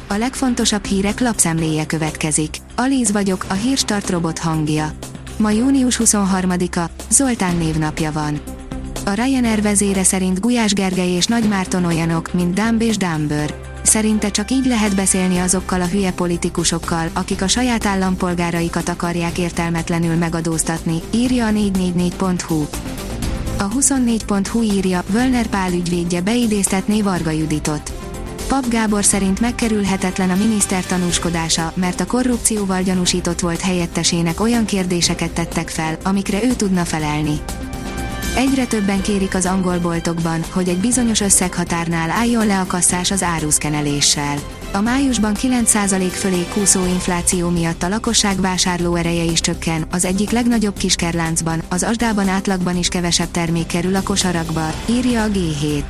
A legfontosabb hírek lapszemléje következik. Alíz vagyok, a Hírstart robot hangja. Ma június 23-a, Zoltán névnapja van. A Ryanair vezére szerint Gulyás Gergely és Nagy Márton olyanok, mint Dumb és Dumber. Szerinte csak így lehet beszélni azokkal a hülye politikusokkal, akik a saját állampolgáraikat akarják értelmetlenül megadóztatni, írja a 444.hu. A 24.hu írja, Völner Pál ügyvédje beidéztetné Varga Juditot. Papp Gábor szerint megkerülhetetlen a miniszter tanúskodása, mert a korrupcióval gyanúsított volt helyettesének olyan kérdéseket tettek fel, amikre ő tudna felelni. Egyre többen kérik az angol boltokban, hogy egy bizonyos összeghatárnál álljon le a kasszás az áruszkeneléssel. A májusban 9% fölé kúszó infláció miatt a lakosság vásárlóereje is csökken, az egyik legnagyobb kiskerláncban, az Asdában átlagban is kevesebb termék kerül a kosarakba, írja a G7.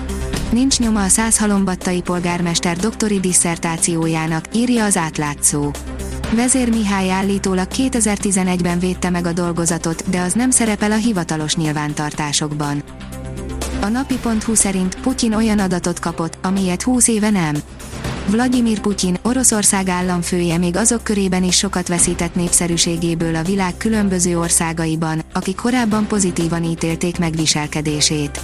Nincs nyoma a Százhalombattai polgármester doktori disszertációjának, írja az Átlátszó. Vezér Mihály állítólag 2011-ben védte meg a dolgozatot, de az nem szerepel a hivatalos nyilvántartásokban. A napi.hu szerint Putyin olyan adatot kapott, amilyet 20 éve nem. Vladimir Putyin, Oroszország államfője még azok körében is sokat veszített népszerűségéből a világ különböző országaiban, akik korábban pozitívan ítélték meg viselkedését.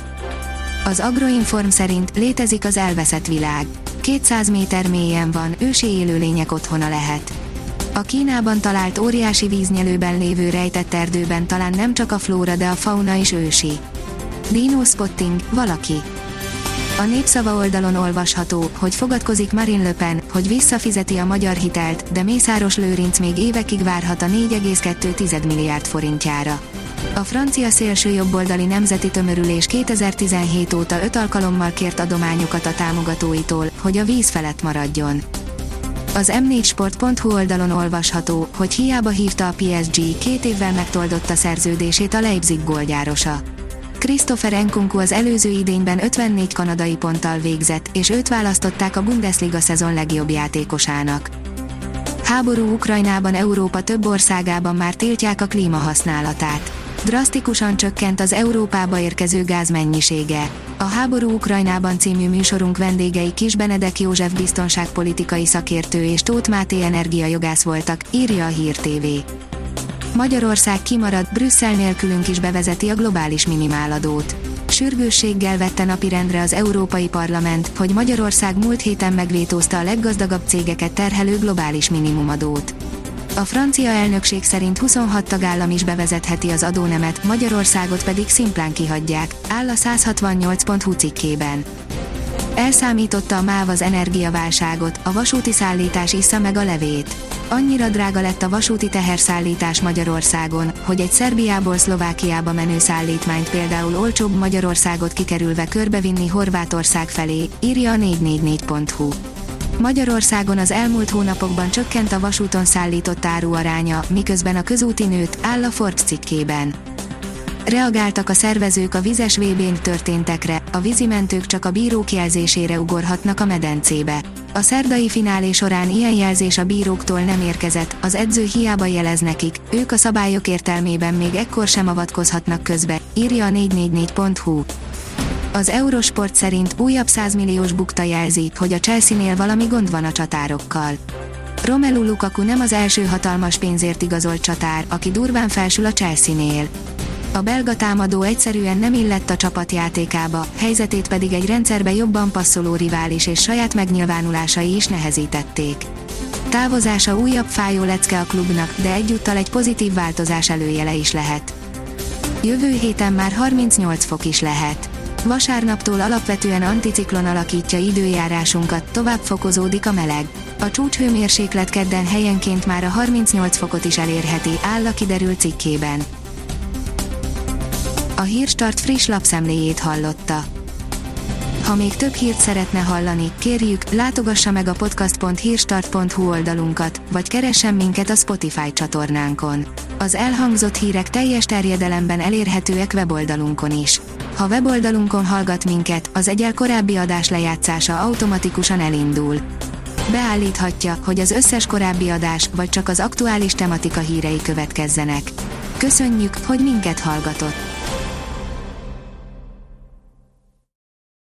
Az Agroinform szerint létezik az elveszett világ. 200 méter mélyen van, ősi élőlények otthona lehet. A Kínában talált óriási víznyelőben lévő rejtett erdőben talán nem csak a flóra, de a fauna is ősi. Dino spotting, valaki. A Népszava oldalon olvasható, hogy fogadkozik Marine Le Pen, hogy visszafizeti a magyar hitelt, de Mészáros Lőrinc még évekig várhat a 4,2 milliárd forintjára. A francia szélsőjobboldali nemzeti tömörülés 2017 óta 5 alkalommal kért adományokat a támogatóitól, hogy a víz felett maradjon. Az m4sport.hu oldalon olvasható, hogy hiába hívta a PSG, 2 évvel megtoldotta szerződését a Leipzig gólgyárosa. Christopher Nkunku az előző idényben 54 kanadai ponttal végzett, és őt választották a Bundesliga szezon legjobb játékosának. Háború Ukrajnában. Európa több országában már tiltják a klímahasználatát. Drasztikusan csökkent az Európába érkező gáz mennyisége. A Háború Ukrajnában című műsorunk vendégei Kis Benedek József biztonságpolitikai szakértő és Tóth Máté energiajogász voltak, írja a Hír TV. Magyarország kimarad, Brüsszel nélkülünk is bevezeti a globális minimáladót. Sürgősséggel vette napirendre az Európai Parlament, hogy Magyarország múlt héten megvétózta a leggazdagabb cégeket terhelő globális minimumadót. A francia elnökség szerint 26 tagállam is bevezetheti az adónemet, Magyarországot pedig szimplán kihagyják, áll a 168.hu cikkében. Elszámította a MÁV az energiaválságot, a vasúti szállítás issza meg a levét. Annyira drága lett a vasúti teherszállítás Magyarországon, hogy egy Szerbiából Szlovákiába menő szállítmányt például olcsóbb Magyarországot kikerülve körbevinni Horvátország felé, írja a 444.hu. Magyarországon az elmúlt hónapokban csökkent a vasúton szállított áru aránya, miközben a közúti nőtt, áll a Forbes cikkében. Reagáltak a szervezők a vizes VB-n történtekre, a vízimentők csak a bírók jelzésére ugorhatnak a medencébe. A szerdai finálé során ilyen jelzés a bíróktól nem érkezett, az edző hiába jelez nekik, ők a szabályok értelmében még ekkor sem avatkozhatnak közbe, írja a 444.hu. Az Eurosport szerint újabb 100 milliós bukta jelzi, hogy a Chelsea-nél valami gond van a csatárokkal. Romelu Lukaku nem az első hatalmas pénzért igazolt csatár, aki durván felsül a Chelsea-nél. A belga támadó egyszerűen nem illett a csapat játékába, helyzetét pedig egy rendszerbe jobban passzoló rivális és saját megnyilvánulásai is nehezítették. Távozása újabb fájó lecke a klubnak, de egyúttal egy pozitív változás előjele is lehet. Jövő héten már 38 fok is lehet. Vasárnaptól alapvetően anticiklon alakítja időjárásunkat, tovább fokozódik a meleg. A csúcshőmérséklet kedden helyenként már a 38 fokot is elérheti, áll a kiderült cikkében. A Hírstart friss lapszemléjét hallotta. Ha még több hírt szeretne hallani, kérjük, látogassa meg a podcast.hírstart.hu oldalunkat, vagy keressen minket a Spotify csatornánkon. Az elhangzott hírek teljes terjedelemben elérhetőek weboldalunkon is. Ha weboldalunkon hallgat minket, az egyel korábbi adás lejátszása automatikusan elindul. Beállíthatja, hogy az összes korábbi adás, vagy csak az aktuális tematika hírei következzenek. Köszönjük, hogy minket hallgatott!